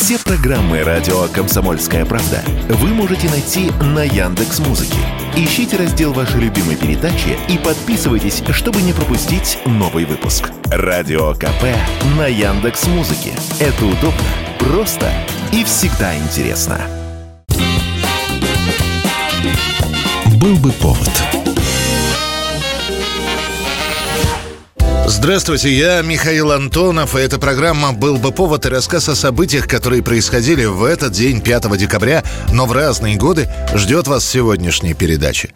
Все программы радио «Комсомольская правда» вы можете найти на Яндекс.Музыке. Ищите раздел вашей любимой передачи и подписывайтесь, чтобы не пропустить новый выпуск. Радио КП на Яндекс.Музыке. Это удобно, просто и всегда интересно. Был бы повод. Здравствуйте, я Михаил Антонов, и эта программа «Был бы повод» и рассказ о событиях, которые происходили в этот день, 5 декабря, но в разные годы, ждет вас в сегодняшней передаче.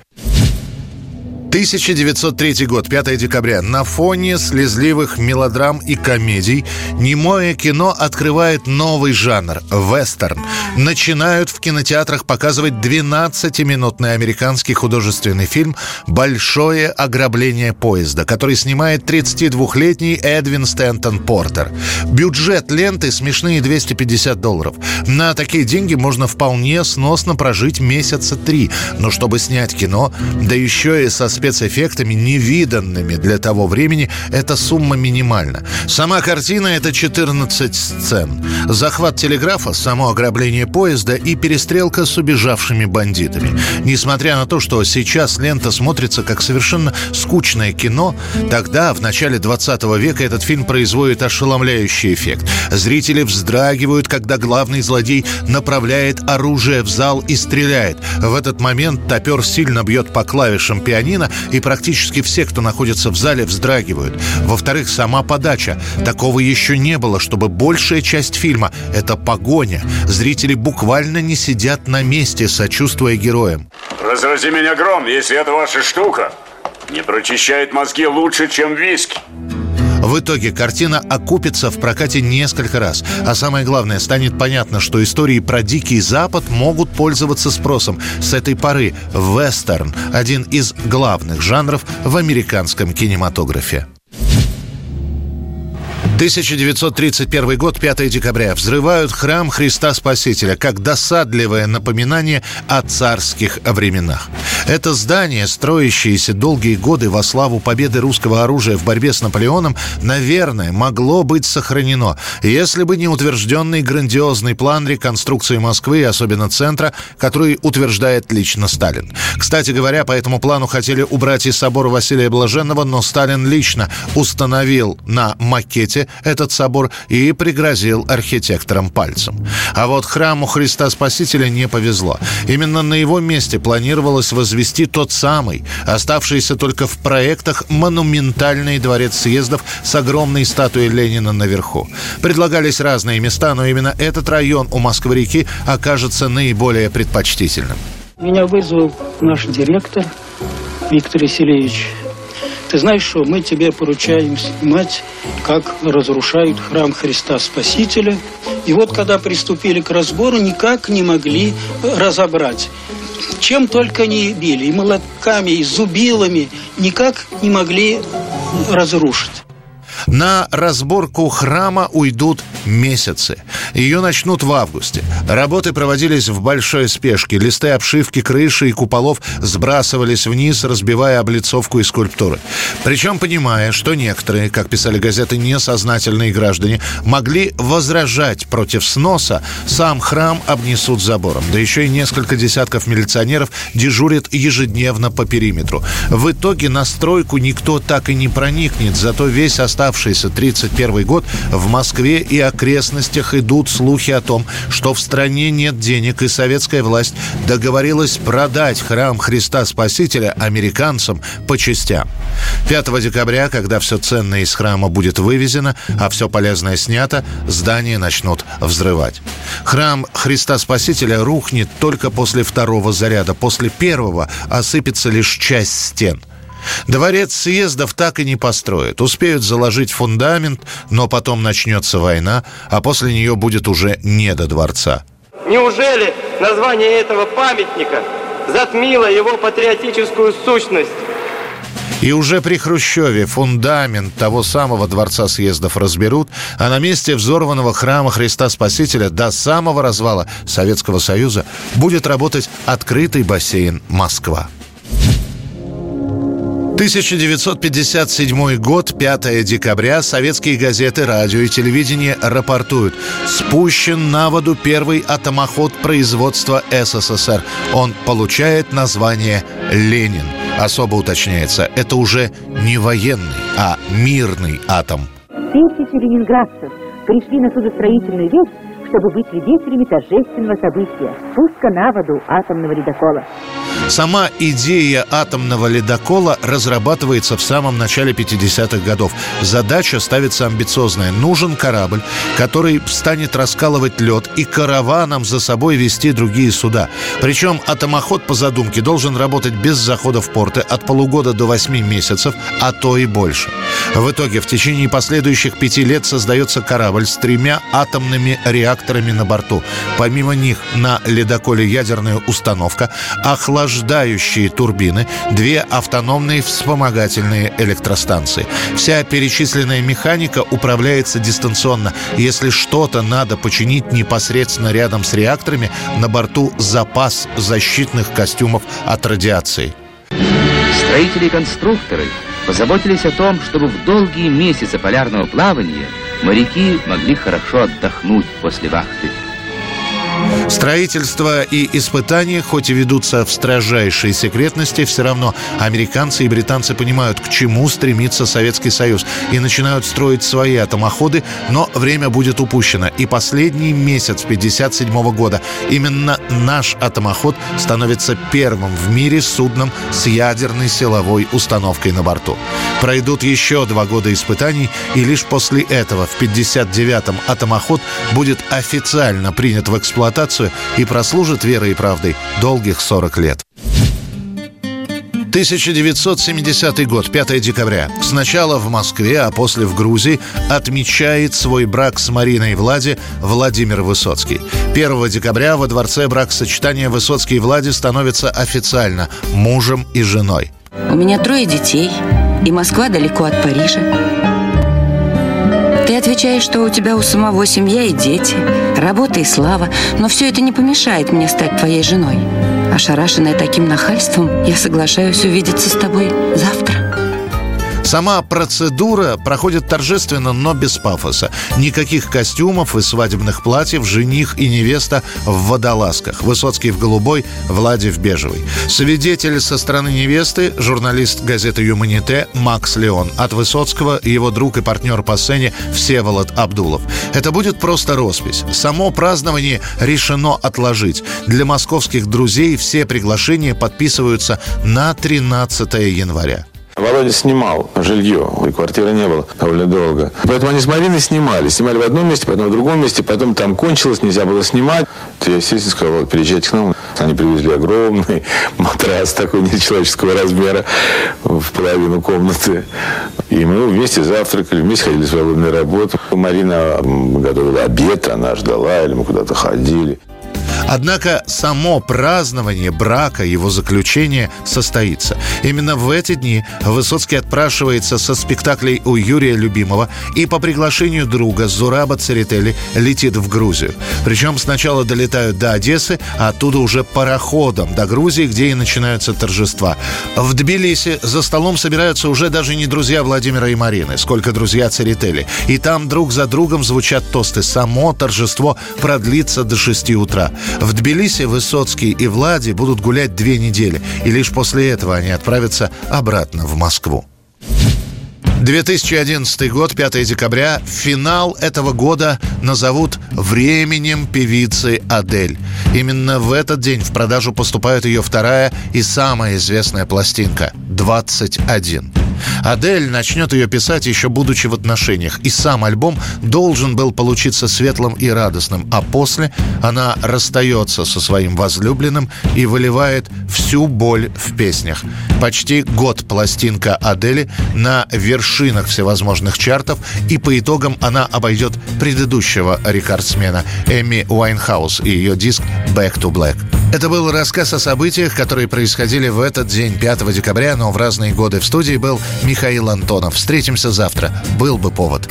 1903 год, 5 декабря. На фоне слезливых мелодрам и комедий немое кино открывает новый жанр – вестерн. Начинают в кинотеатрах показывать 12-минутный американский художественный фильм «Большое ограбление поезда», который снимает 32-летний Эдвин Стэнтон Портер. Бюджет ленты – смешные $250. На такие деньги можно вполне сносно прожить месяца 3. Но чтобы снять кино, да еще и со спецэффектами, невиданными для того времени, эта сумма минимальна. Сама картина – это 14 сцен. Захват телеграфа, само ограбление поезда и перестрелка с убежавшими бандитами. Несмотря на то, что сейчас лента смотрится как совершенно скучное кино, тогда, в начале 20 века, этот фильм производит ошеломляющий эффект. Зрители вздрагивают, когда главный злодей направляет оружие в зал и стреляет. В этот момент топер сильно бьет по клавишам пианино, и практически все, кто находится в зале, вздрагивают. Во-вторых, сама подача. Такого еще не было, чтобы большая часть фильма – это погоня. Зрители буквально не сидят на месте, сочувствуя героям. Разрази меня гром, если эта ваша штука не прочищает мозги лучше, чем виски. В итоге картина окупится в прокате несколько раз. А самое главное, станет понятно, что истории про Дикий Запад могут пользоваться спросом. С этой поры вестерн – один из главных жанров в американском кинематографе. 1931 год, 5 декабря. Взрывают храм Христа Спасителя как досадливое напоминание о царских временах. Это здание, строящееся долгие годы во славу победы русского оружия в борьбе с Наполеоном, наверное, могло быть сохранено, если бы не утвержденный грандиозный план реконструкции Москвы, особенно центра, который утверждает лично Сталин. Кстати говоря, по этому плану хотели убрать и собор Василия Блаженного, но Сталин лично установил на макете этот собор и пригрозил архитекторам пальцем. А вот храму Христа Спасителя не повезло. Именно на его месте планировалось возвести тот самый, оставшийся только в проектах, монументальный дворец съездов с огромной статуей Ленина наверху. Предлагались разные места, но именно этот район у Москвы-реки окажется наиболее предпочтительным. Меня вызвал наш директор Виктор Васильевич. Ты знаешь, что мы тебе поручаем снимать, как разрушают храм Христа Спасителя. И вот когда приступили к разбору, никак не могли разобрать. Чем только не били, и молотками, и зубилами, никак не могли разрушить. На разборку храма уйдут месяцы. Ее начнут в августе. Работы проводились в большой спешке. Листы обшивки, крыши и куполов сбрасывались вниз, разбивая облицовку и скульптуры. Причем понимая, что некоторые, как писали газеты, несознательные граждане, могли возражать против сноса, сам храм обнесут забором. Да еще и несколько десятков милиционеров дежурят ежедневно по периметру. В итоге на стройку никто так и не проникнет, зато весь оставшийся 1931 год в Москве и окрестностях идут слухи о том, что в стране нет денег, и советская власть договорилась продать храм Христа Спасителя американцам по частям. 5 декабря, когда все ценное из храма будет вывезено, а все полезное снято, здание начнут взрывать. Храм Христа Спасителя рухнет только после второго заряда. После первого осыпется лишь часть стен. Дворец съездов так и не построят. Успеют заложить фундамент, но потом начнется война, а после нее будет уже не до дворца. Неужели название этого памятника затмило его патриотическую сущность? И уже при Хрущеве фундамент того самого Дворца съездов разберут, а на месте взорванного храма Христа Спасителя до самого развала Советского Союза будет работать открытый бассейн «Москва». 1957 год, 5 декабря. Советские газеты, радио и телевидение рапортуют. Спущен на воду первый атомоход производства СССР. Он получает название «Ленин». Особо уточняется, это уже не военный, а мирный атом. Тысячи ленинградцев пришли на судостроительную весть, чтобы быть свидетелями торжественного события – спуска на воду атомного ледокола. Сама идея атомного ледокола разрабатывается в самом начале 50-х годов. Задача ставится амбициозная. Нужен корабль, который станет раскалывать лед и караваном за собой вести другие суда. Причем атомоход по задумке должен работать без захода в порты от полугода до 8 месяцев, а то и больше. В итоге в течение последующих 5 лет создается корабль с 3 атомными реакторами на борту. Помимо них на ледоколе ядерная установка, охлаждающие турбины, 2 автономные вспомогательные электростанции. Вся перечисленная механика управляется дистанционно. Если что-то надо починить непосредственно рядом с реакторами, на борту запас защитных костюмов от радиации. Строители и конструкторы позаботились о том, чтобы в долгие месяцы полярного плавания моряки могли хорошо отдохнуть после вахты. Строительство и испытания, хоть и ведутся в строжайшей секретности, все равно американцы и британцы понимают, к чему стремится Советский Союз, и начинают строить свои атомоходы, но время будет упущено. И последний месяц 1957 года именно наш атомоход становится первым в мире судном с ядерной силовой установкой на борту. Пройдут еще 2 года испытаний, и лишь после этого, в 1959-м, атомоход будет официально принят в эксплуатацию и прослужит верой и правдой долгих 40 лет. 1970 год, 5 декабря. Сначала в Москве, а после в Грузии отмечает свой брак с Мариной Влади Владимир Высоцкий. 1 декабря во дворце бракосочетания Высоцкий и Влади становятся официально мужем и женой. У меня 3 детей, и Москва далеко от Парижа. Ты отвечаешь, что у тебя у самого семья и дети, работа и слава, но все это не помешает мне стать твоей женой. Ошарашенная таким нахальством, я соглашаюсь увидеться с тобой завтра. Сама процедура проходит торжественно, но без пафоса. Никаких костюмов и свадебных платьев, жених и невеста в водолазках. Высоцкий в голубой, Влади в бежевой. Свидетель со стороны невесты, журналист газеты «Юманите» Макс Леон. От Высоцкого его друг и партнер по сцене Всеволод Абдулов. Это будет просто роспись. Само празднование решено отложить. Для московских друзей все приглашения подписываются на 13 января. Володя снимал жилье, и квартиры не было довольно долго. Поэтому они с Мариной снимали. Снимали в одном месте, потом в другом месте, потом там кончилось, нельзя было снимать. Я, естественно, сказал: приезжайте к нам. Они привезли огромный матрас такой нечеловеческого размера в половину комнаты. И мы вместе завтракали, вместе ходили в свободную работу. Марина готовила обед, она ждала, или мы куда-то ходили. Однако само празднование брака, его заключение состоится. Именно в эти дни Высоцкий отпрашивается со спектаклей у Юрия Любимого и по приглашению друга Зураба Церетели летит в Грузию. Причем сначала долетают до Одессы, а оттуда уже пароходом до Грузии, где и начинаются торжества. В Тбилиси за столом собираются уже даже не друзья Владимира и Марины, сколько друзья Церетели. И там друг за другом звучат тосты. Само торжество продлится до 6 утра. В Тбилиси Высоцкий и Влади будут гулять 2 недели, и лишь после этого они отправятся обратно в Москву. 2011 год, 5 декабря. Финал этого года назовут временем певицы Адель. Именно в этот день в продажу поступает ее 2-я и самая известная пластинка «21». Адель начнет ее писать, еще будучи в отношениях. И сам альбом должен был получиться светлым и радостным. А после она расстается со своим возлюбленным и выливает всю боль в песнях. Почти год пластинка Адели на вершинах всевозможных чартов. И по итогам она обойдет предыдущего рекордсмена Эми Уайнхаус и ее диск «Back to Black». Это был рассказ о событиях, которые происходили в этот день, 5 декабря, но в разные годы. В студии был Михаил Антонов. Встретимся завтра. Был бы повод.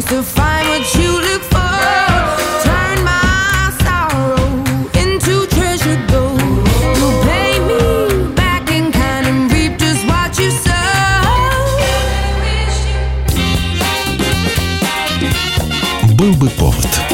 wings to find what you look for. Turn my sorrow into treasure gold. You pay me back in kind and reap just what you sow. Был бы повод.